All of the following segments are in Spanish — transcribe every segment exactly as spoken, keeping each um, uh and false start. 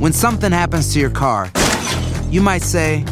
When something happens to your car, you might say,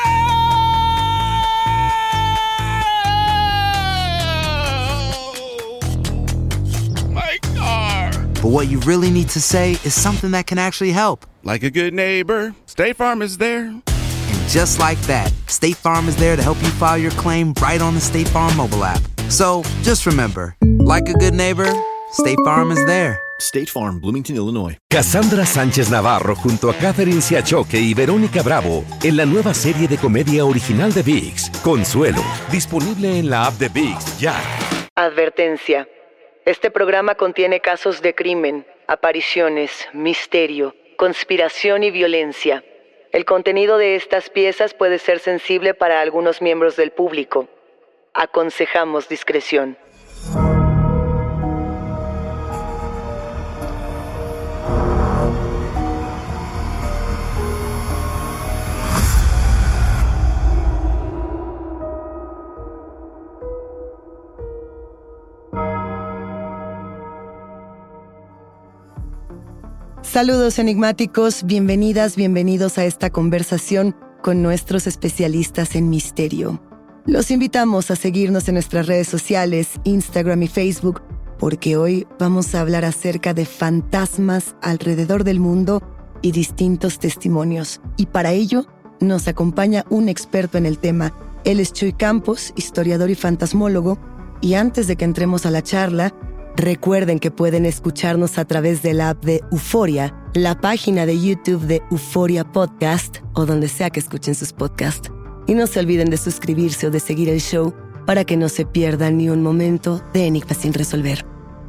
but what you really need to say is something that can actually help. Like a good neighbor, State Farm is there. And just like that, State Farm is there to help you file your claim right on the State Farm mobile app. So, just remember, like a good neighbor, State Farm is there. State Farm, Bloomington, Illinois. Cassandra Sánchez Navarro junto a Catherine Siachoque y Verónica Bravo en la nueva serie de comedia original de ViX, Consuelo, disponible en la app de ViX ya. Advertencia. Este programa contiene casos de crimen, apariciones, misterio, conspiración y violencia. El contenido de estas piezas puede ser sensible para algunos miembros del público. Aconsejamos discreción. Saludos enigmáticos, bienvenidas, bienvenidos a esta conversación con nuestros especialistas en misterio. Los invitamos a seguirnos en nuestras redes sociales, Instagram y Facebook, porque hoy vamos a hablar acerca de fantasmas alrededor del mundo y distintos testimonios. Y para ello nos acompaña un experto en el tema. Él es Chuy Campos, historiador y fantasmólogo, y antes de que entremos a la charla, recuerden que pueden escucharnos a través de la app de Euforia, la página de YouTube de Euforia Podcast o donde sea que escuchen sus podcasts. Y no se olviden de suscribirse o de seguir el show para que no se pierdan ni un momento de Enigma sin resolver.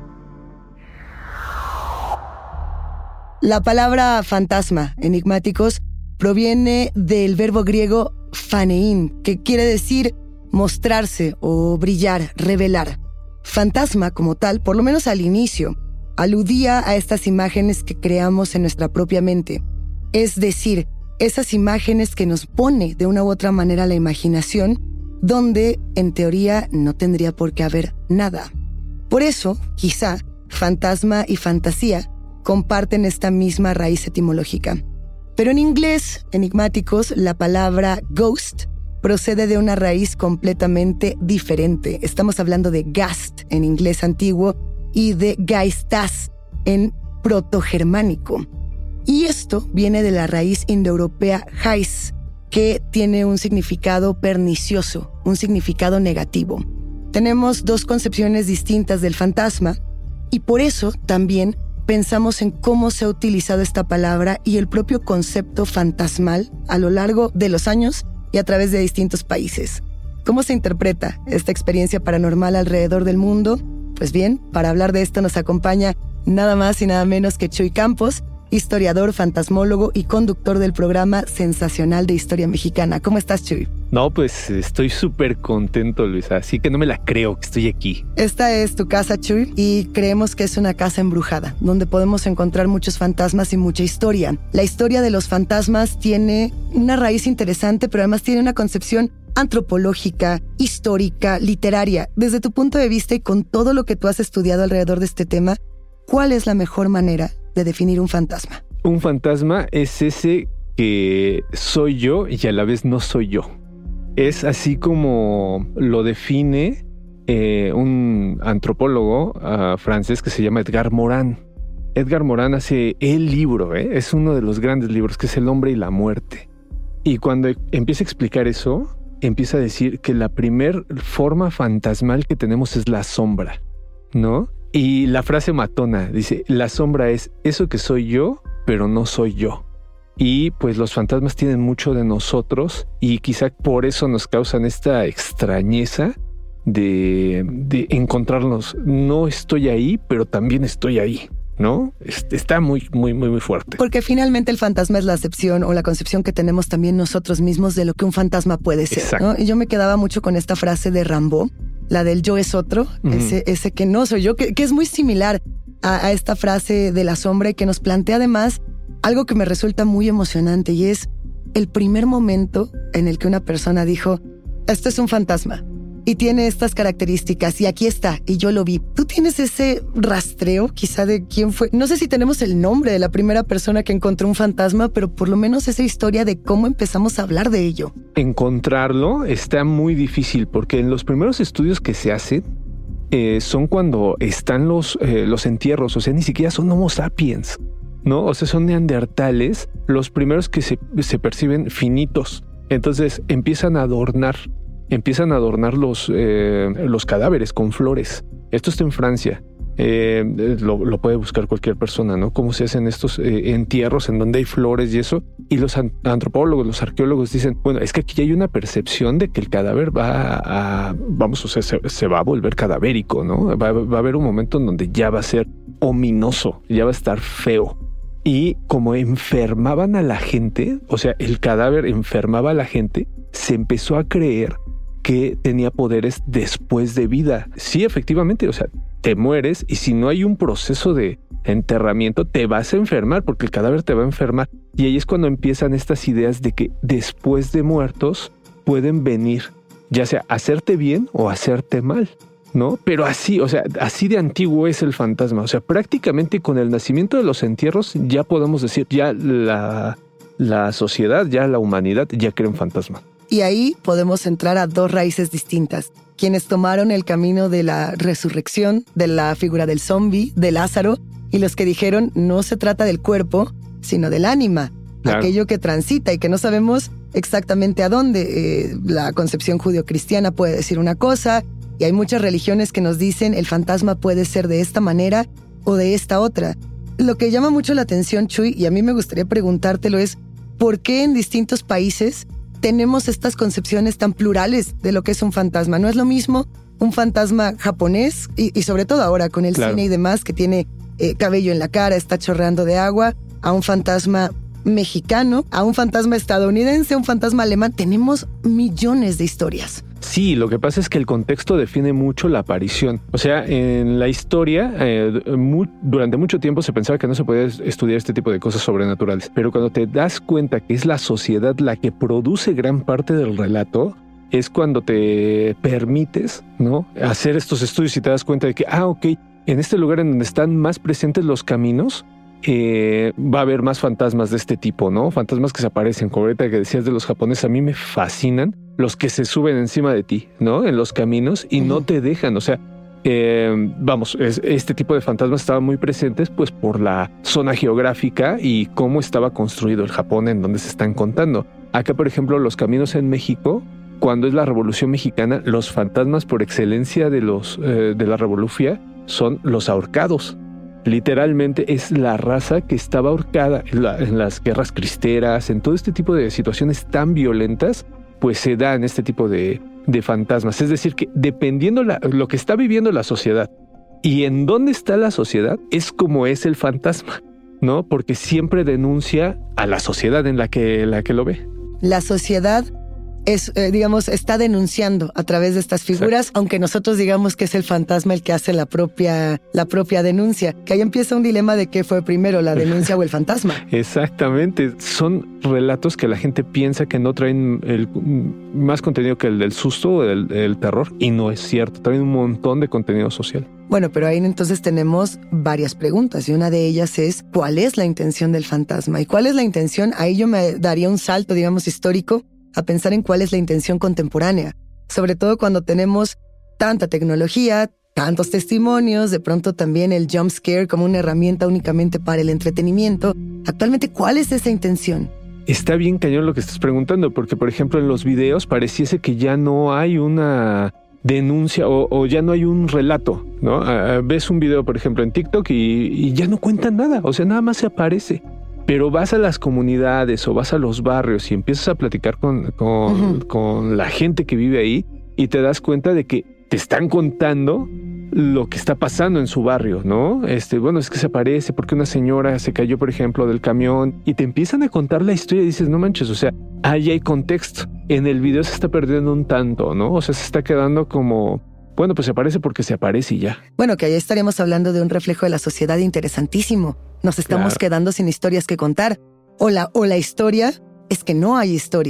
La palabra fantasma, enigmáticos, proviene del verbo griego phanein, que quiere decir mostrarse o brillar, revelar. Fantasma, como tal, por lo menos al inicio, aludía a estas imágenes que creamos en nuestra propia mente. Es decir, esas imágenes que nos pone de una u otra manera la imaginación, donde, en teoría, no tendría por qué haber nada. Por eso, quizá, fantasma y fantasía comparten esta misma raíz etimológica. Pero en inglés, enigmáticos, la palabra ghost procede de una raíz completamente diferente. Estamos hablando de gast en inglés antiguo y de geistas en protogermánico. Y esto viene de la raíz indoeuropea geis, que tiene un significado pernicioso, un significado negativo. Tenemos dos concepciones distintas del fantasma y por eso también pensamos en cómo se ha utilizado esta palabra y el propio concepto fantasmal a lo largo de los años y a través de distintos países. ¿Cómo se interpreta esta experiencia paranormal alrededor del mundo? Pues bien, para hablar de esto nos acompaña nada más y nada menos que Chuy Campos, historiador, fantasmólogo y conductor del programa Sensacional de Historia Mexicana. ¿Cómo estás, Chuy? No, pues estoy súper contento, Luisa, así que no me la creo que estoy aquí. Esta es tu casa, Chuy, y creemos que es una casa embrujada, donde podemos encontrar muchos fantasmas y mucha historia. La historia de los fantasmas tiene una raíz interesante, pero además tiene una concepción antropológica, histórica, literaria. Desde tu punto de vista y con todo lo que tú has estudiado alrededor de este tema, ¿cuál es la mejor manera de definir un fantasma? Un fantasma es ese que soy yo y a la vez no soy yo. Es así como lo define eh, un antropólogo uh, francés que se llama Edgar Morin. Edgar Morin hace el libro, ¿eh? es uno de los grandes libros, que es El hombre y la muerte. Y cuando empieza a explicar eso, empieza a decir que la primer forma fantasmal que tenemos es la sombra, ¿no? Y la frase matona dice, la sombra es eso que soy yo, pero no soy yo. Y pues los fantasmas tienen mucho de nosotros y quizá por eso nos causan esta extrañeza de, de encontrarnos. No estoy ahí, pero también estoy ahí, ¿no? Está muy, muy, muy, muy fuerte. Porque finalmente el fantasma es la acepción o la concepción que tenemos también nosotros mismos de lo que un fantasma puede ser, ¿no? Y yo me quedaba mucho con esta frase de Rimbaud, la del yo es otro, uh-huh. ese, ese que no soy yo, que, que es muy similar a, a esta frase de la sombra y que nos plantea además algo que me resulta muy emocionante y es el primer momento en el que una persona dijo, esto es un fantasma. y tiene estas características, y aquí está, y yo lo vi. ¿Tú tienes ese rastreo quizá de quién fue? No sé si tenemos el nombre de la primera persona que encontró un fantasma, pero por lo menos esa historia de cómo empezamos a hablar de ello. Encontrarlo está muy difícil porque en los primeros estudios que se hacen eh, son cuando están los, eh, los entierros, o sea, ni siquiera son Homo sapiens, ¿no? O sea, son neandertales, los primeros que se, se perciben finitos. Entonces empiezan a adornar, empiezan a adornar los, eh, los cadáveres con flores. Esto está en Francia. Eh, lo, lo puede buscar cualquier persona, ¿no? Cómo se hacen estos eh, entierros en donde hay flores y eso. Y los an- antropólogos, los arqueólogos dicen, bueno, es que aquí hay una percepción de que el cadáver va a, a vamos, o sea, se, se va a volver cadavérico, ¿no? Va, va a haber un momento en donde ya va a ser ominoso, ya va a estar feo. Y como enfermaban a la gente, o sea, el cadáver enfermaba a la gente, se empezó a creer que tenía poderes después de vida. Sí, efectivamente, o sea, te mueres y si no hay un proceso de enterramiento, te vas a enfermar porque el cadáver te va a enfermar. Y ahí es cuando empiezan estas ideas de que después de muertos pueden venir, ya sea hacerte bien o hacerte mal, ¿no? Pero así, o sea, así de antiguo es el fantasma. O sea, prácticamente con el nacimiento de los entierros ya podemos decir, ya la, la sociedad, ya la humanidad ya cree en fantasma. Y ahí podemos entrar a dos raíces distintas. Quienes tomaron el camino de la resurrección, de la figura del zombie, de Lázaro, y los que dijeron no se trata del cuerpo, sino del ánima, claro, aquello que transita y que no sabemos exactamente a dónde. Eh, la concepción judio-cristiana puede decir una cosa, y hay muchas religiones que nos dicen el fantasma puede ser de esta manera o de esta otra. Lo que llama mucho la atención, Chuy, y a mí me gustaría preguntártelo es, ¿por qué en distintos países tenemos estas concepciones tan plurales de lo que es un fantasma? No es lo mismo un fantasma japonés, y, y sobre todo ahora con el claro. cine y demás, que tiene eh, cabello en la cara, está chorreando de agua, a un fantasma mexicano, a un fantasma estadounidense, a un fantasma alemán. Tenemos millones de historias. Sí, lo que pasa es que el contexto define mucho la aparición. O sea, en la historia, eh, muy, durante mucho tiempo se pensaba que no se podía estudiar este tipo de cosas sobrenaturales. Pero cuando te das cuenta que es la sociedad la que produce gran parte del relato, es cuando te permites, ¿no?, hacer estos estudios y te das cuenta de que, ah, ok, en este lugar en donde están más presentes los caminos, Eh, va a haber más fantasmas de este tipo, ¿no? Fantasmas que se aparecen, como ahorita que decías de los japoneses, a mí me fascinan los que se suben encima de ti, ¿no? En los caminos y uh-huh. no te dejan, o sea, eh, vamos, es, este tipo de fantasmas estaban muy presentes pues por la zona geográfica y cómo estaba construido el Japón en donde se están contando. Acá, por ejemplo, los caminos en México, cuando es la Revolución Mexicana, los fantasmas por excelencia de, los, eh, de la revolución son los ahorcados. Literalmente es la raza que estaba ahorcada en, la, en las guerras cristeras, en todo este tipo de situaciones tan violentas, pues se dan este tipo de, de fantasmas. Es decir, que dependiendo la, lo que está viviendo la sociedad y en dónde está la sociedad, es como es el fantasma, ¿no? Porque siempre denuncia a la sociedad en la que, la que lo ve. La sociedad es, eh, digamos, está denunciando a través de estas figuras, exacto, aunque nosotros digamos que es el fantasma el que hace la propia, la propia denuncia, que ahí empieza un dilema de qué fue primero, la denuncia o el fantasma. Exactamente, son relatos que la gente piensa que no traen el, más contenido que el del susto o del, del terror, y no es cierto, traen un montón de contenido social. Bueno, pero ahí entonces tenemos varias preguntas y una de ellas es, ¿cuál es la intención del fantasma? ¿Y cuál es la intención? Ahí yo me daría un salto, digamos, histórico, a pensar en cuál es la intención contemporánea, sobre todo cuando tenemos tanta tecnología, tantos testimonios, de pronto también el jump scare como una herramienta únicamente para el entretenimiento. Actualmente, ¿cuál es esa intención? Está bien cañón lo que estás preguntando, porque por ejemplo en los videos pareciese que ya no hay una denuncia o, o ya no hay un relato, ¿no? Uh, ves un video, por ejemplo, en TikTok y, y ya no cuentan nada, o sea, nada más se aparece. Pero vas a las comunidades o vas a los barrios y empiezas a platicar con, con, uh-huh. con la gente que vive ahí y te das cuenta de que te están contando lo que está pasando en su barrio, ¿no? Este, bueno, es que se aparece porque una señora se cayó, por ejemplo, del camión y te empiezan a contar la historia y dices, no manches, o sea, ahí hay contexto. En el video se está perdiendo un tanto, ¿no? O sea, se está quedando como, bueno, pues se aparece porque se aparece y ya. Bueno, que ahí estaríamos hablando de un reflejo de la sociedad interesantísimo. Nos estamos claro. quedando sin historias que contar. O la, o la historia es que no hay historia.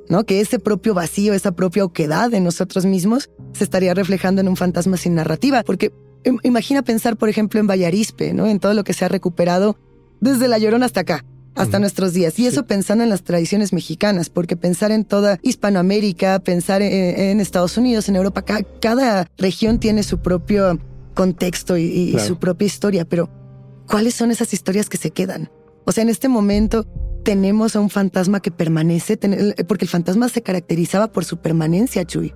¿no? Que ese propio vacío, esa propia oquedad en nosotros mismos se estaría reflejando en un fantasma sin narrativa. Porque imagina pensar, por ejemplo, en Bayarispe, ¿no? En todo lo que se ha recuperado desde La Llorona hasta acá, hasta uh-huh. nuestros días. Y sí. eso pensando en las tradiciones mexicanas, porque pensar en toda Hispanoamérica, pensar en, en Estados Unidos, en Europa, ca- cada región tiene su propio contexto y, y claro. su propia historia. Pero, ¿cuáles son esas historias que se quedan? O sea, en este momento tenemos a un fantasma que permanece, ten- porque el fantasma se caracterizaba por su permanencia, Chuy.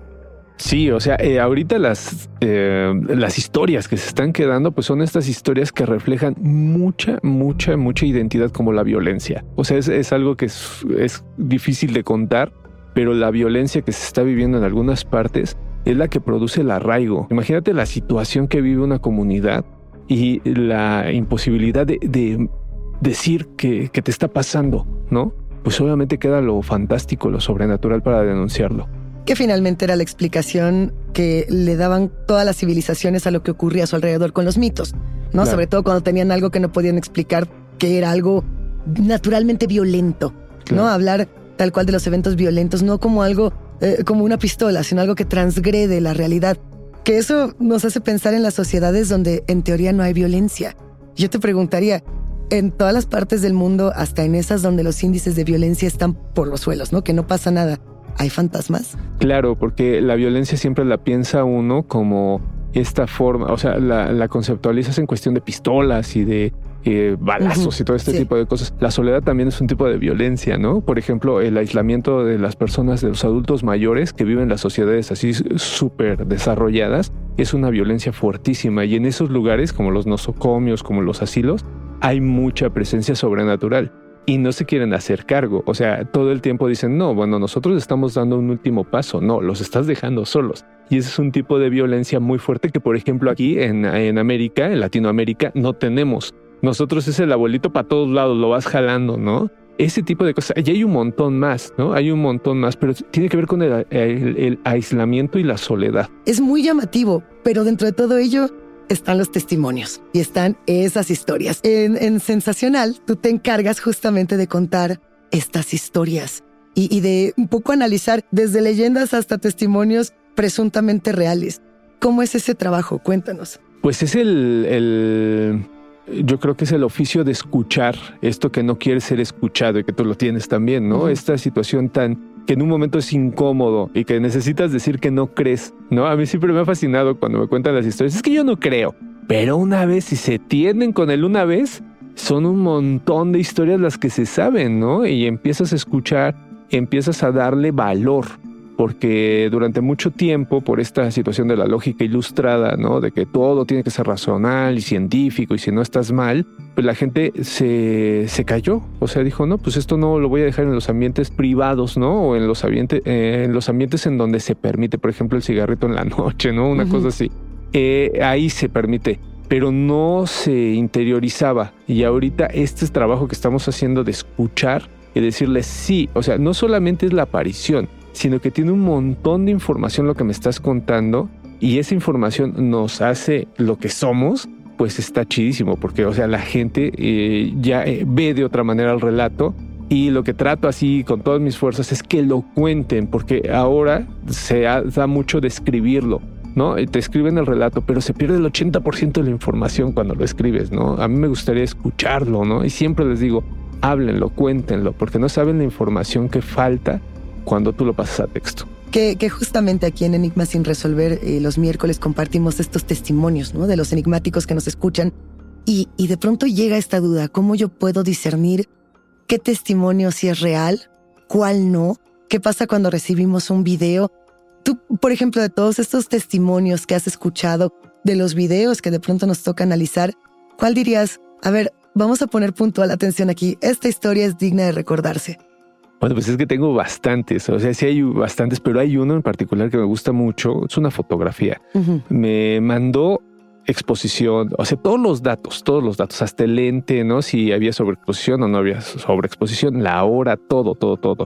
Sí, o sea, eh, ahorita las, eh, las historias que se están quedando, pues son estas historias que reflejan mucha, mucha, mucha identidad, como la violencia. O sea, es, es algo que es, es difícil de contar, pero la violencia que se está viviendo en algunas partes es la que produce el arraigo. Imagínate la situación que vive una comunidad y la imposibilidad de, de decir que, que te está pasando, ¿no? Pues obviamente queda lo fantástico, lo sobrenatural para denunciarlo. Que finalmente era la explicación que le daban todas las civilizaciones a lo que ocurría a su alrededor con los mitos, ¿no? Claro. Sobre todo cuando tenían algo que no podían explicar, que era algo naturalmente violento, claro. ¿no? Hablar tal cual de los eventos violentos, no como algo, eh, como una pistola, sino algo que transgrede la realidad. Que eso nos hace pensar en las sociedades donde en teoría no hay violencia. Yo te preguntaría, en todas las partes del mundo, hasta en esas donde los índices de violencia están por los suelos, ¿no? Que no pasa nada. ¿Hay fantasmas? Claro, porque la violencia siempre la piensa uno como esta forma, o sea, la, la conceptualizas en cuestión de pistolas y de eh, balazos uh-huh. y todo este sí. tipo de cosas. La soledad también es un tipo de violencia, ¿no? Por ejemplo, el aislamiento de las personas, de los adultos mayores que viven en las sociedades así súper desarrolladas, es una violencia fuertísima. Y en esos lugares, como los nosocomios, como los asilos, hay mucha presencia sobrenatural. Y no se quieren hacer cargo. O sea, todo el tiempo dicen, no, bueno, nosotros estamos dando un último paso. No, los estás dejando solos. Y ese es un tipo de violencia muy fuerte que, por ejemplo, aquí en, en América, en Latinoamérica, no tenemos. Nosotros es el abuelito para todos lados, lo vas jalando, ¿no? Ese tipo de cosas. Y hay un montón más, ¿no? Hay un montón más, pero tiene que ver con el, el, el aislamiento y la soledad. Es muy llamativo, pero dentro de todo ello están los testimonios y están esas historias. En, en Sensacional, tú te encargas justamente de contar estas historias y, y de un poco analizar desde leyendas hasta testimonios presuntamente reales. ¿Cómo es ese trabajo? Cuéntanos. Pues es el, el... Yo creo que es el oficio de escuchar esto que no quiere ser escuchado y que tú lo tienes también, ¿no? Uh-huh. Esta situación tan... que en un momento es incómodo y que necesitas decir que no crees, ¿no? A mí siempre me ha fascinado cuando me cuentan las historias. Es que yo no creo. Pero una vez, si se tienden con el una vez, son un montón de historias las que se saben, ¿no? Y empiezas a escuchar, empiezas a darle valor. Porque durante mucho tiempo, por esta situación de la lógica ilustrada, ¿no? De que todo tiene que ser racional y científico y si no estás mal, pues la gente se, se cayó. O sea, dijo, no, pues esto no lo voy a dejar en los ambientes privados, ¿no? O en los, ambiente, eh, en los ambientes en donde se permite, por ejemplo, el cigarrito en la noche, ¿no? Una uh-huh. cosa así. Eh, ahí se permite, pero no se interiorizaba. Y ahorita este trabajo que estamos haciendo de escuchar y decirles sí, o sea, no solamente es la aparición, sino que tiene un montón de información lo que me estás contando y esa información nos hace lo que somos, pues está chidísimo porque, o sea, la gente eh, ya eh, ve de otra manera el relato y lo que trato así con todas mis fuerzas es que lo cuenten porque ahora se ha, da mucho de escribirlo, ¿no? Te escriben el relato, pero se pierde el ochenta por ciento de la información cuando lo escribes, ¿no? A mí me gustaría escucharlo, ¿no? Y siempre les digo, háblenlo, cuéntenlo, porque no saben la información que falta cuando tú lo pasas a texto. Que, que justamente aquí en Enigma Sin Resolver, eh, los miércoles compartimos estos testimonios, ¿no? De los enigmáticos que nos escuchan. Y, y de pronto llega esta duda, ¿cómo yo puedo discernir qué testimonio sí es real, cuál no? ¿Qué pasa cuando recibimos un video? Tú, por ejemplo, de todos estos testimonios que has escuchado, de los videos que de pronto nos toca analizar, ¿cuál dirías? A ver, vamos a poner puntual atención aquí. Esta historia es digna de recordarse. Bueno, pues es que tengo bastantes, o sea, sí hay bastantes, pero hay uno en particular que me gusta mucho, es una fotografía. Uh-huh. Me mandó exposición, o sea, todos los datos, todos los datos, hasta el lente, ¿no? Si había sobreexposición o no había sobreexposición, la hora, todo, todo, todo.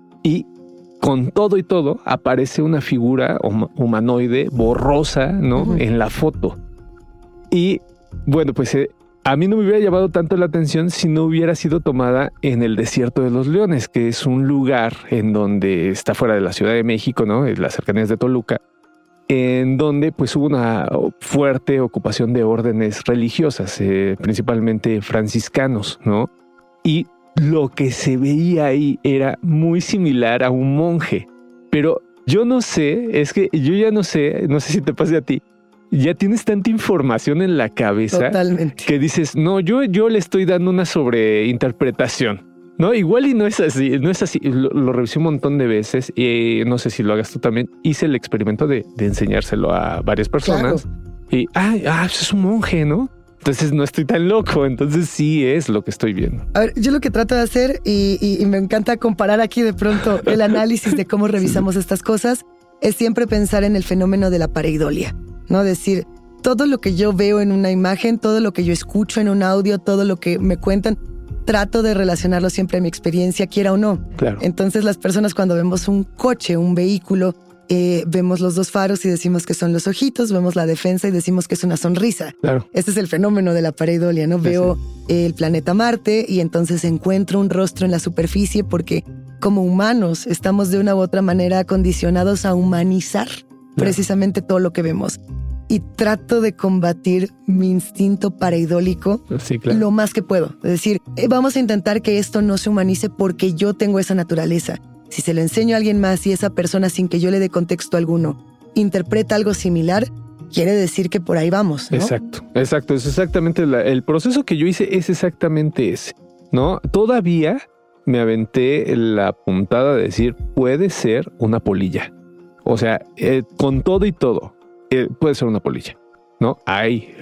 Y con todo y todo aparece una figura humanoide borrosa, ¿no? Uh-huh. En la foto. Y bueno, pues eh, a mí no me hubiera llamado tanto la atención si no hubiera sido tomada en el Desierto de los Leones, que es un lugar en donde está fuera de la Ciudad de México, ¿no? En las cercanías de Toluca, en donde pues hubo una fuerte ocupación de órdenes religiosas, eh, principalmente franciscanos, ¿no? Y lo que se veía ahí era muy similar a un monje, pero yo no sé, es que yo ya no sé, no sé si te pase a ti, ya tienes tanta información en la cabeza. Totalmente. Que dices, no, yo, yo le estoy dando una sobreinterpretación, ¿no? Igual y no es así, no es así. Lo, lo revisé un montón de veces y no sé si lo hagas tú también. Hice el experimento de, de enseñárselo a varias personas. Claro. Y, ah, ah, es un monje, ¿no? Entonces no estoy tan loco, entonces sí es lo que estoy viendo. A ver, yo lo que trato de hacer, y, y, y me encanta comparar aquí de pronto el análisis de cómo revisamos sí. estas cosas, es siempre pensar en el fenómeno de la pareidolia, ¿no? Decir, todo lo que yo veo en una imagen, todo lo que yo escucho en un audio, todo lo que me cuentan, trato de relacionarlo siempre a mi experiencia, quiera o no. Claro. Entonces las personas cuando vemos un coche, un vehículo, Eh, vemos los dos faros y decimos que son los ojitos, vemos la defensa y decimos que es una sonrisa. Claro. Este es el fenómeno de la pareidolia, ¿no? Sí, Veo sí. el planeta Marte y entonces encuentro un rostro en la superficie porque como humanos estamos de una u otra manera condicionados a humanizar claro. precisamente todo lo que vemos. Y trato de combatir mi instinto pareidólico sí, claro. lo más que puedo. Es decir, eh, vamos a intentar que esto no se humanice porque yo tengo esa naturaleza. Si se lo enseño a alguien más y esa persona, sin que yo le dé contexto alguno, interpreta algo similar, quiere decir que por ahí vamos, ¿no? Exacto, exacto. Es exactamente la, el proceso que yo hice es exactamente ese, ¿no? Todavía me aventé la puntada de decir, puede ser una polilla. O sea, eh, con todo y todo, eh, puede ser una polilla, ¿no? Hay,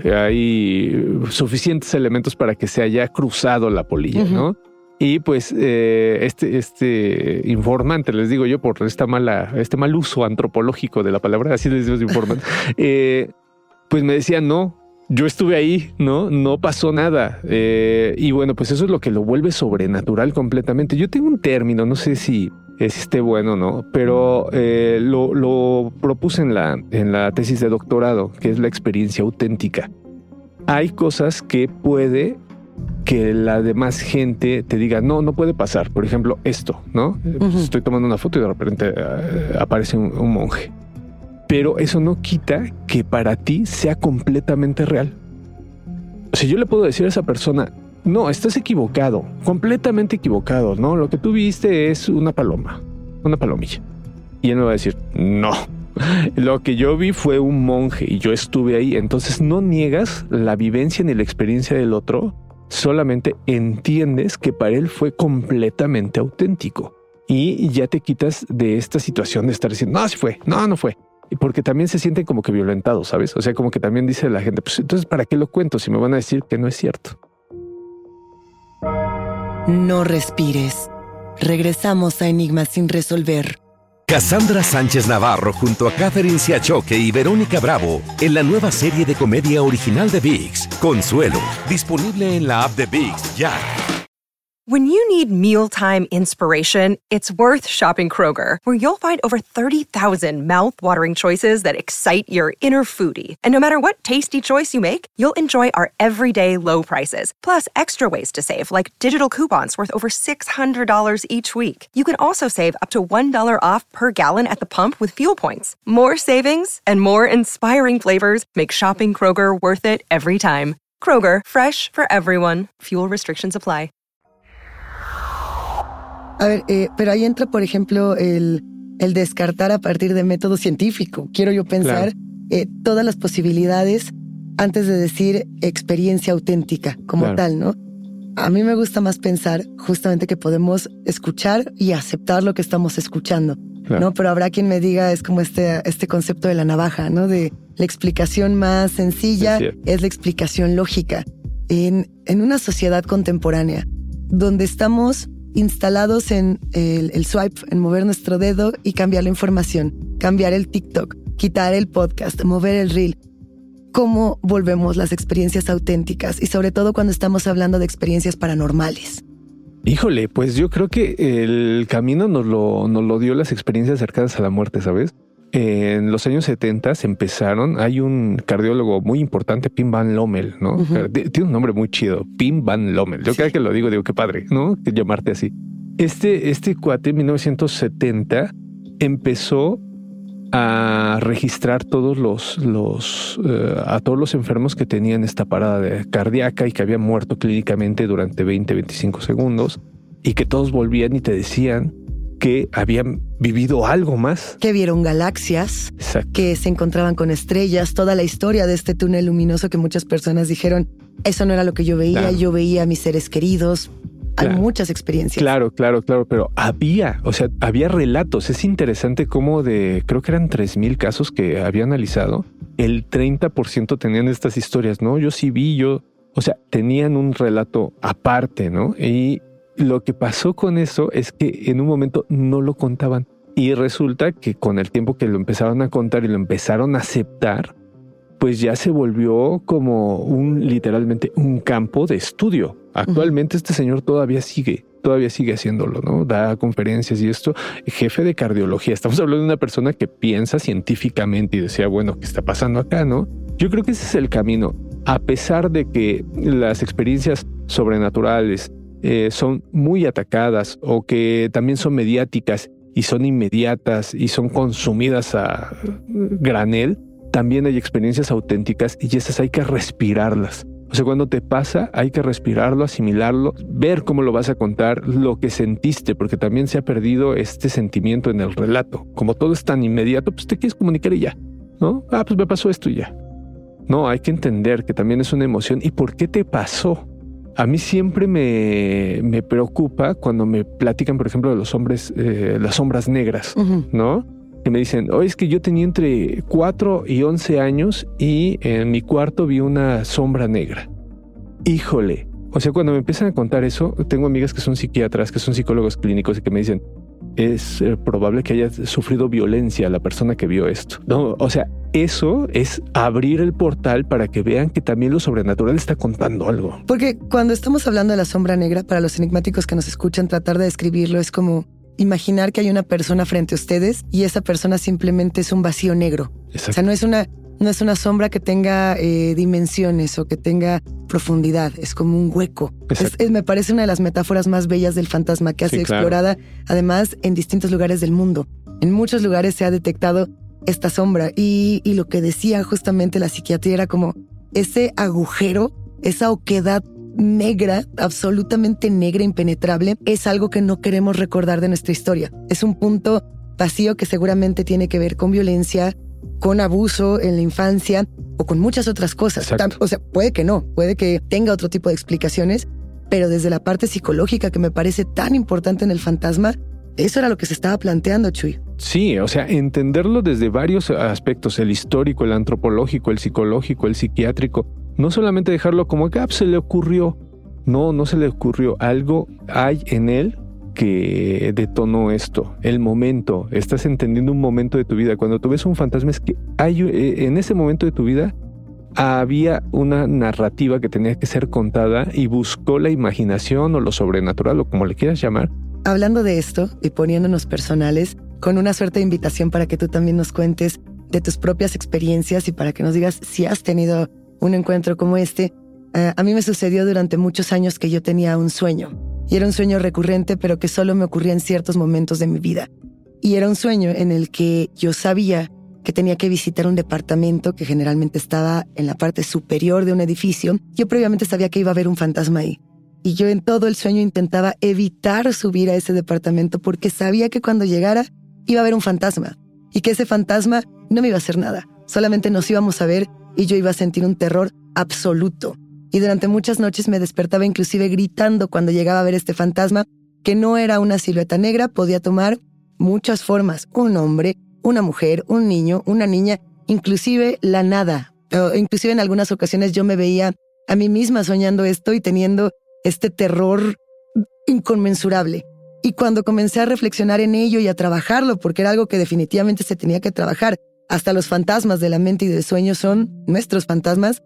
hay suficientes elementos para que se haya cruzado la polilla, uh-huh. ¿no? Y pues eh, este, este informante, les digo yo, por esta mala, este mal uso antropológico de la palabra, así les digo informante, eh, pues me decía, no, yo estuve ahí, no, no pasó nada. Eh, y bueno, pues eso es lo que lo vuelve sobrenatural completamente. Yo tengo un término, no sé si esté bueno o no, pero eh, lo, lo propuse en la, en la tesis de doctorado, que es la experiencia auténtica. Hay cosas que puede... que la demás gente te diga, no, no puede pasar. Por ejemplo, esto, ¿no? Uh-huh. Estoy tomando una foto y de repente uh, aparece un, un monje. Pero eso no quita que para ti sea completamente real. O sea, yo le puedo decir a esa persona, no, estás equivocado, completamente equivocado, ¿no? Lo que tú viste es una paloma, una palomilla. Y él me va a decir, no, lo que yo vi fue un monje y yo estuve ahí. Entonces no niegas la vivencia ni la experiencia del otro, solamente entiendes que para él fue completamente auténtico y ya te quitas de esta situación de estar diciendo, no, sí fue, no, no fue. Y porque también se sienten como que violentados, ¿sabes? O sea, como que también dice la gente, pues entonces, ¿para qué lo cuento si me van a decir que no es cierto? No respires. Regresamos a Enigmas sin resolver. Cassandra Sánchez Navarro junto a Catherine Siachoque y Verónica Bravo en la nueva serie de comedia original de ViX, Consuelo, disponible en la app de ViX ya. When you need mealtime inspiration, it's worth shopping Kroger, where you'll find over thirty thousand mouth-watering choices that excite your inner foodie. And no matter what tasty choice you make, you'll enjoy our everyday low prices, plus extra ways to save, like digital coupons worth over six hundred dollars each week. You can also save up to one dollar off per gallon at the pump with fuel points. More savings and more inspiring flavors make shopping Kroger worth it every time. Kroger, fresh for everyone. Fuel restrictions apply. A ver, eh, pero ahí entra, por ejemplo, el, el descartar a partir de método científico. Quiero yo pensar claro. eh, todas las posibilidades antes de decir experiencia auténtica como claro. tal, ¿no? A mí me gusta más pensar justamente que podemos escuchar y aceptar lo que estamos escuchando, claro. ¿no? Pero habrá quien me diga, es como este, este concepto de la navaja, ¿no? De la explicación más sencilla es, es la explicación lógica. En, en una sociedad contemporánea donde estamos instalados en el, el swipe, en mover nuestro dedo y cambiar la información, cambiar el TikTok, quitar el podcast, mover el reel. ¿Cómo volvemos las experiencias auténticas? Y sobre todo cuando estamos hablando de experiencias paranormales. Híjole, pues yo creo que el camino nos lo, nos lo dio las experiencias cercanas a la muerte, ¿sabes? en los años setenta empezaron, hay un cardiólogo muy importante, Pim Van Lommel, ¿no? Uh-huh. Tiene un nombre muy chido, Pim Van Lommel. Yo sí. Cada que lo digo, digo, qué padre, ¿no? Que llamarte así. Este, este cuate en mil novecientos setenta empezó a registrar todos los, los uh, a todos los enfermos que tenían esta parada de cardíaca y que habían muerto clínicamente durante veinte, veinticinco segundos y que todos volvían y te decían que habían vivido algo más. Que vieron galaxias, exacto, que se encontraban con estrellas, toda la historia de este túnel luminoso que muchas personas dijeron, eso no era lo que yo veía, claro. Yo veía a mis seres queridos. Claro. Hay muchas experiencias. Claro, claro, claro, pero había, o sea, había relatos. Es interesante cómo de, creo que eran tres mil casos que había analizado, el treinta por ciento tenían estas historias, ¿no? Yo sí vi, yo, o sea, tenían un relato aparte, ¿no? Y lo que pasó con eso es que en un momento no lo contaban. Y resulta que con el tiempo que lo empezaron a contar y lo empezaron a aceptar, pues ya se volvió como un, literalmente, un campo de estudio. Actualmente uh-huh. Este señor todavía sigue, todavía sigue haciéndolo, ¿no? Da conferencias y esto, jefe de cardiología. Estamos hablando de una persona que piensa científicamente y decía, bueno, ¿qué está pasando acá, no? Yo creo que ese es el camino. A pesar de que las experiencias sobrenaturales eh, son muy atacadas o que también son mediáticas y son inmediatas y son consumidas a granel, también hay experiencias auténticas y esas hay que respirarlas. O sea, cuando te pasa, hay que respirarlo, asimilarlo, ver cómo lo vas a contar, lo que sentiste, porque también se ha perdido este sentimiento en el relato. Como todo es tan inmediato, pues te quieres comunicar y ya, ¿no? Ah, pues me pasó esto y ya. No, hay que entender que también es una emoción. ¿Y por qué te pasó? A mí siempre me, me preocupa cuando me platican, por ejemplo, de los hombres, eh, las sombras negras, uh-huh. ¿no? Que me dicen, oye, es que yo tenía entre cuatro y once años y en mi cuarto vi una sombra negra. Híjole. O sea, cuando me empiezan a contar eso, tengo amigas que son psiquiatras, que son psicólogos clínicos y que me dicen, es probable que haya sufrido violencia la persona que vio esto. No, o sea, eso es abrir el portal para que vean que también lo sobrenatural está contando algo. Porque cuando estamos hablando de la sombra negra, para los enigmáticos que nos escuchan, tratar de describirlo es como imaginar que hay una persona frente a ustedes y esa persona simplemente es un vacío negro. Exacto. O sea, no es una, no es una sombra que tenga eh, dimensiones o que tenga profundidad, es como un hueco. Es, es, me parece una de las metáforas más bellas del fantasma que ha sido sí, claro. explorada, además, en distintos lugares del mundo. En muchos lugares se ha detectado esta sombra y, y lo que decía justamente la psiquiatría era como ese agujero, esa oquedad negra, absolutamente negra, impenetrable, es algo que no queremos recordar de nuestra historia. Es un punto vacío que seguramente tiene que ver con violencia, con abuso en la infancia o con muchas otras cosas. Exacto. O sea, puede que no, puede que tenga otro tipo de explicaciones, pero desde la parte psicológica que me parece tan importante en el fantasma, eso era lo que se estaba planteando, Chuy. Sí, o sea, entenderlo desde varios aspectos, el histórico, el antropológico, el psicológico, el psiquiátrico. No solamente dejarlo como que ah, se le ocurrió. No, no se le ocurrió. Algo hay en él que detonó esto. El momento. Estás entendiendo un momento de tu vida. Cuando tú ves un fantasma es que hay, en ese momento de tu vida había una narrativa que tenía que ser contada y buscó la imaginación o lo sobrenatural o como le quieras llamar. Hablando de esto y poniéndonos personales, con una suerte de invitación para que tú también nos cuentes de tus propias experiencias y para que nos digas si has tenido un encuentro como este. Uh, a mí me sucedió durante muchos años que yo tenía un sueño. Y era un sueño recurrente, pero que solo me ocurría en ciertos momentos de mi vida. Y era un sueño en el que yo sabía que tenía que visitar un departamento que generalmente estaba en la parte superior de un edificio. Yo previamente sabía que iba a haber un fantasma ahí. Y yo en todo el sueño intentaba evitar subir a ese departamento porque sabía que cuando llegara iba a haber un fantasma. Y que ese fantasma no me iba a hacer nada. Solamente nos íbamos a ver y yo iba a sentir un terror absoluto. Y durante muchas noches me despertaba inclusive gritando cuando llegaba a ver este fantasma, que no era una silueta negra, podía tomar muchas formas. Un hombre, una mujer, un niño, una niña, inclusive la nada. O inclusive en algunas ocasiones yo me veía a mí misma soñando esto y teniendo este terror inconmensurable. Y cuando comencé a reflexionar en ello y a trabajarlo, porque era algo que definitivamente se tenía que trabajar, hasta los fantasmas de la mente y del sueño son nuestros fantasmas,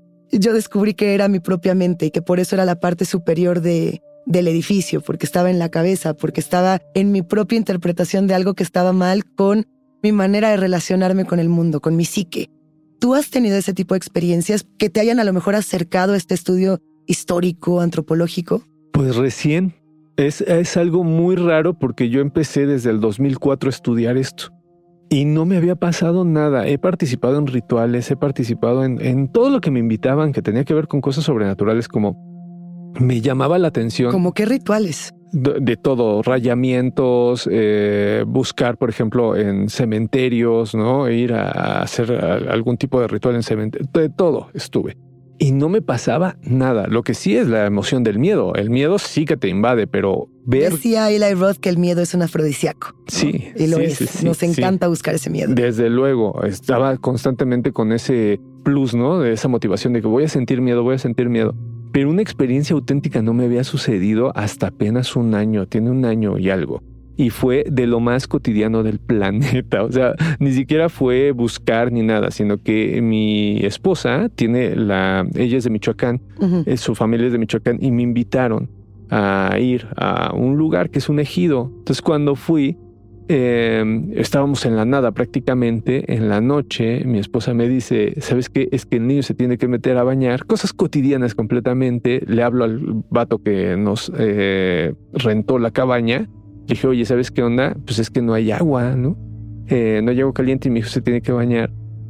yo descubrí que era mi propia mente y que por eso era la parte superior de, del edificio, porque estaba en la cabeza, porque estaba en mi propia interpretación de algo que estaba mal con mi manera de relacionarme con el mundo, con mi psique. ¿Tú has tenido ese tipo de experiencias que te hayan a lo mejor acercado a este estudio histórico, antropológico? Pues recién. Es, es algo muy raro porque yo empecé desde el dos mil cuatro a estudiar esto y no me había pasado nada. He participado en rituales, he participado en, en todo lo que me invitaban que tenía que ver con cosas sobrenaturales, como me llamaba la atención. ¿Cómo qué rituales? De, de todo, rayamientos, eh, buscar, por ejemplo, en cementerios, ¿no? Ir a hacer algún tipo de ritual en cementerio, de todo estuve. Y no me pasaba nada. Lo que sí es la emoción del miedo. El miedo sí que te invade, pero ver... Decía Eli Roth que el miedo es un afrodisíaco, ¿no? Sí. Y lo sí, es. Sí, sí, Nos encanta sí. buscar ese miedo. Desde luego. Estaba constantemente con ese plus, ¿no? De esa motivación de que voy a sentir miedo, voy a sentir miedo. Pero una experiencia auténtica no me había sucedido hasta apenas un año. Tiene un año y algo. Y fue de lo más cotidiano del planeta. O sea, ni siquiera fue buscar ni nada, sino que mi esposa tiene la... Ella es de Michoacán, uh-huh. Su familia es de Michoacán y me invitaron a ir a un lugar que es un ejido. Entonces cuando fui, eh, estábamos en la nada prácticamente. En la noche mi esposa me dice, ¿sabes qué? Es que el niño se tiene que meter a bañar. Cosas cotidianas completamente. Le hablo al vato que nos eh, rentó la cabaña. Le dije, oye, ¿sabes qué onda? Pues es que no hay agua, ¿no? Eh, no hay agua caliente y mi hijo se tiene que bañar.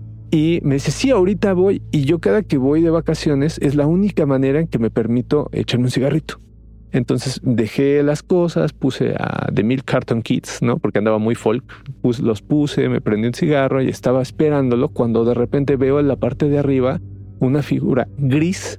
Y me dice, sí, ahorita voy. Y yo cada que voy de vacaciones es la única manera en que me permito echarme un cigarrito. Entonces dejé las cosas, puse a The Milk Carton Kids, ¿no? Porque andaba muy folk. Pus, los puse, me prendí un cigarro y estaba esperándolo cuando de repente veo en la parte de arriba una figura gris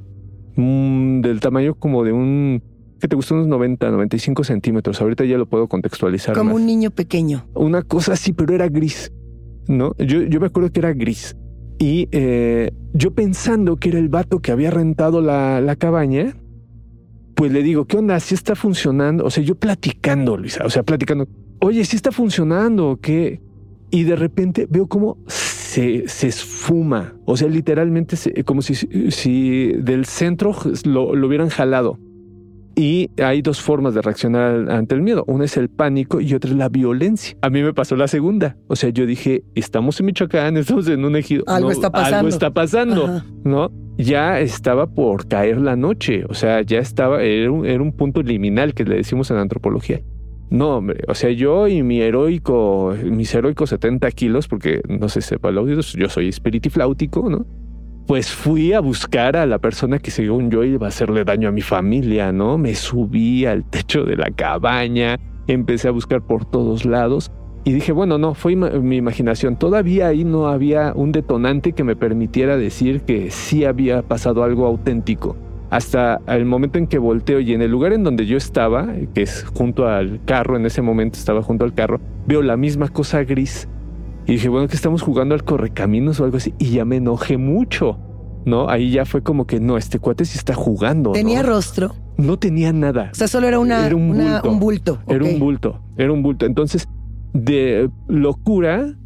mmm, del tamaño como de un... que te gustó unos noventa, noventa y cinco centímetros. Ahorita ya lo puedo contextualizar. Como más. Un niño pequeño. Una cosa así, pero era gris, ¿no? Yo, yo me acuerdo que era gris. Y eh, yo pensando que era el vato que había rentado la, la cabaña, pues le digo, ¿qué onda? ¿Sí está funcionando? O sea, yo platicando, Luisa, o sea, platicando. Oye, ¿sí está funcionando o qué? Y de repente veo cómo se, se esfuma. O sea, literalmente se, como si, si del centro lo, lo hubieran jalado. Y hay dos formas de reaccionar ante el miedo. Una es el pánico y otra es la violencia. A mí me pasó la segunda. O sea, yo dije, estamos en Michoacán, estamos en un ejido. Algo no, está pasando. Algo está pasando, Ajá. ¿no? Ya estaba por caer la noche. O sea, ya estaba, era un, era un punto liminal que le decimos en antropología. No, hombre. O sea, yo y mi heroico, mis heroicos setenta kilos, porque no sé si sepa el audio, yo soy espiritifláutico, ¿no? Pues fui a buscar a la persona que según yo iba a hacerle daño a mi familia, ¿no? Me subí al techo de la cabaña, empecé a buscar por todos lados y dije, bueno, no, fue ima- mi imaginación. Todavía ahí no había un detonante que me permitiera decir que sí había pasado algo auténtico. Hasta el momento en que volteo y en el lugar en donde yo estaba, que es junto al carro, en ese momento estaba junto al carro, veo la misma cosa gris. Y dije, bueno, que estamos jugando al correcaminos o algo así. Y ya me enojé mucho, ¿no? Ahí ya fue como que, no, este cuate sí está jugando, ¿Tenía ¿no? rostro? No tenía nada. O sea, solo era, una, era un, una, bulto. un bulto. Era okay. un bulto. Era un bulto. Entonces, de locura,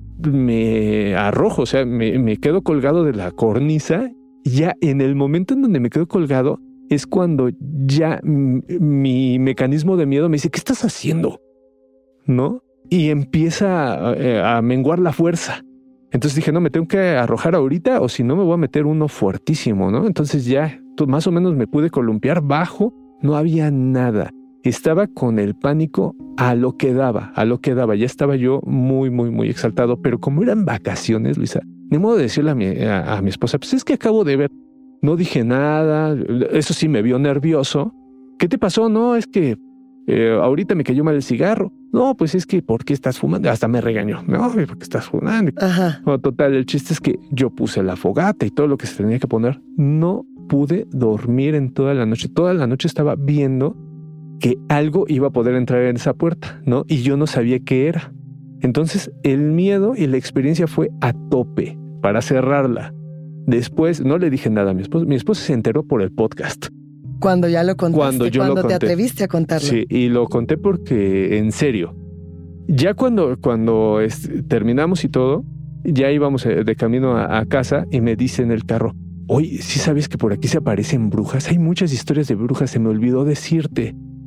me arrojo. O sea, me, me quedo colgado de la cornisa. Ya en el momento en donde me quedo colgado, es cuando ya m- mi mecanismo de miedo me dice, ¿qué estás haciendo? ¿No? Y empieza a, a menguar la fuerza. Entonces dije, no, me tengo que arrojar ahorita o si no me voy a meter uno fuertísimo, ¿no? Entonces ya más o menos me pude columpiar bajo, no había nada. Estaba con el pánico a lo que daba, a lo que daba. Ya estaba yo muy, muy, muy exaltado, pero como eran vacaciones, Luisa, de modo de decirle a mi, a, a mi esposa, pues es que acabo de ver, no dije nada, eso sí me vio nervioso. ¿Qué te pasó? No, es que eh, ahorita me cayó mal el cigarro. No, pues es que ¿por qué estás fumando? Hasta me regañó. No, ¿por qué estás fumando? Ajá. No, total, el chiste es que yo puse la fogata y todo lo que se tenía que poner. No pude dormir en toda la noche. Toda la noche estaba viendo que algo iba a poder entrar en esa puerta, ¿no? Y yo no sabía qué era. Entonces el miedo y la experiencia fue a tope para cerrarla. Después no le dije nada a mi esposa. Mi esposa se enteró por el podcast. Cuando ya lo contaste, Cuando yo cuando lo te conté. atreviste a contarlo. Sí, y lo conté porque, en serio, ya cuando, cuando es, terminamos y todo, ya íbamos de camino a, a casa y me dice en el carro, oye, ¿sí sabes que por aquí se aparecen brujas? Hay muchas historias de brujas, se me olvidó decirte.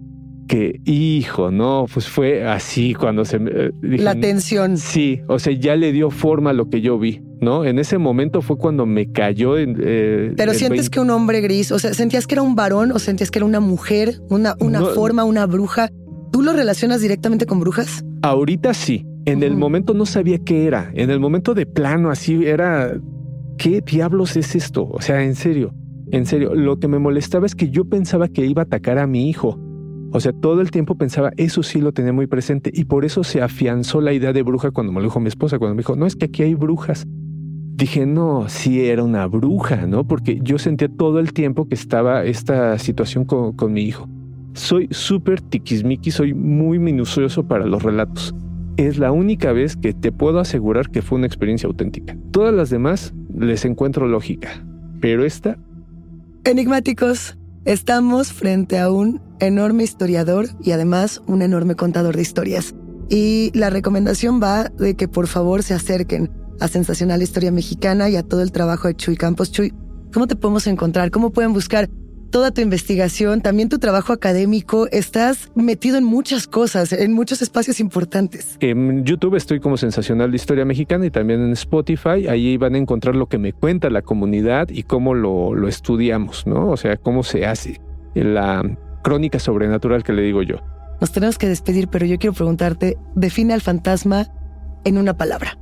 que, hijo, no, pues fue así cuando se... Eh, dije, la tensión. Sí, o sea, ya le dio forma a lo que yo vi, ¿no? En ese momento fue cuando me cayó... En, eh, Pero sientes veinte... que un hombre gris, o sea, ¿sentías que era un varón o sentías que era una mujer, una, una no, forma, una bruja? ¿Tú lo relacionas directamente con brujas? Ahorita sí. En uh-huh. el momento no sabía qué era. En el momento de plano así era... ¿Qué diablos es esto? O sea, en serio, en serio. Lo que me molestaba es que yo pensaba que iba a atacar a mi hijo. O sea, todo el tiempo pensaba, eso sí lo tenía muy presente y por eso se afianzó la idea de bruja cuando me lo dijo mi esposa, cuando me dijo, no, es que aquí hay brujas. Dije, no, sí era una bruja, ¿no? Porque yo sentía todo el tiempo que estaba esta situación con, con mi hijo. Soy súper tiquismiqui, soy muy minucioso para los relatos. Es la única vez que te puedo asegurar que fue una experiencia auténtica. Todas las demás les encuentro lógica, pero esta... Enigmáticos, estamos frente a un enorme historiador y además un enorme contador de historias. Y la recomendación va de que por favor se acerquen a Sensacional Historia Mexicana y a todo el trabajo de Chuy Campos. Chuy, ¿cómo te podemos encontrar? ¿Cómo pueden buscar toda tu investigación, también tu trabajo académico? Estás metido en muchas cosas, en muchos espacios importantes. En YouTube estoy como Sensacional Historia Mexicana y también en Spotify. Ahí van a encontrar lo que me cuenta la comunidad y cómo lo, lo estudiamos, ¿no? O sea, cómo se hace la crónica sobrenatural que le digo yo. Nos tenemos que despedir, pero yo quiero preguntarte, define al fantasma en una palabra.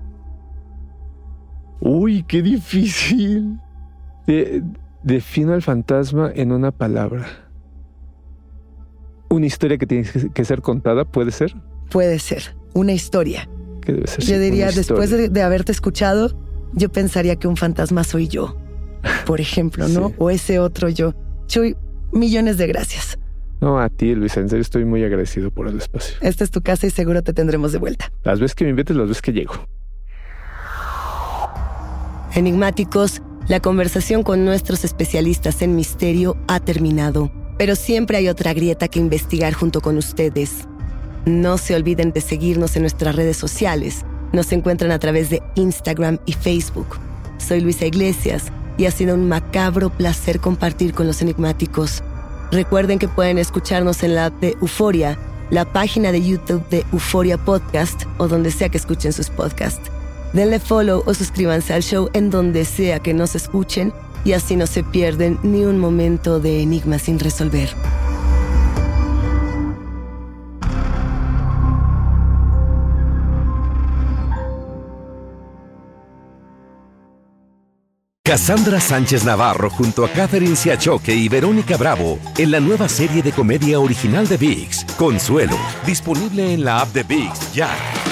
Uy, qué difícil. De... Defino al fantasma en una palabra. ¿Una historia que tiene que ser contada, puede ser? Puede ser, una historia. ¿Qué debe ser? Yo diría, después de, de haberte escuchado, yo pensaría que un fantasma soy yo, por ejemplo, ¿no? Sí. O ese otro yo. Chuy, millones de gracias. No, a ti, Luisa, en serio estoy muy agradecido por el espacio. Esta es tu casa y seguro te tendremos de vuelta. Las veces que me invites, las veces que llego. Enigmáticos, la conversación con nuestros especialistas en misterio ha terminado, pero siempre hay otra grieta que investigar junto con ustedes. No se olviden de seguirnos en nuestras redes sociales. Nos encuentran a través de Instagram y Facebook. Soy Luisa Iglesias y ha sido un macabro placer compartir con los enigmáticos. Recuerden que pueden escucharnos en la app de Euforia, la página de YouTube de Euforia Podcast o donde sea que escuchen sus podcasts. Denle follow o suscríbanse al show en donde sea que nos escuchen y así no se pierden ni un momento de enigma sin resolver. Cassandra Sánchez Navarro junto a Catherine Siachoque y Verónica Bravo en la nueva serie de comedia original de ViX, Consuelo, disponible en la app de ViX ya.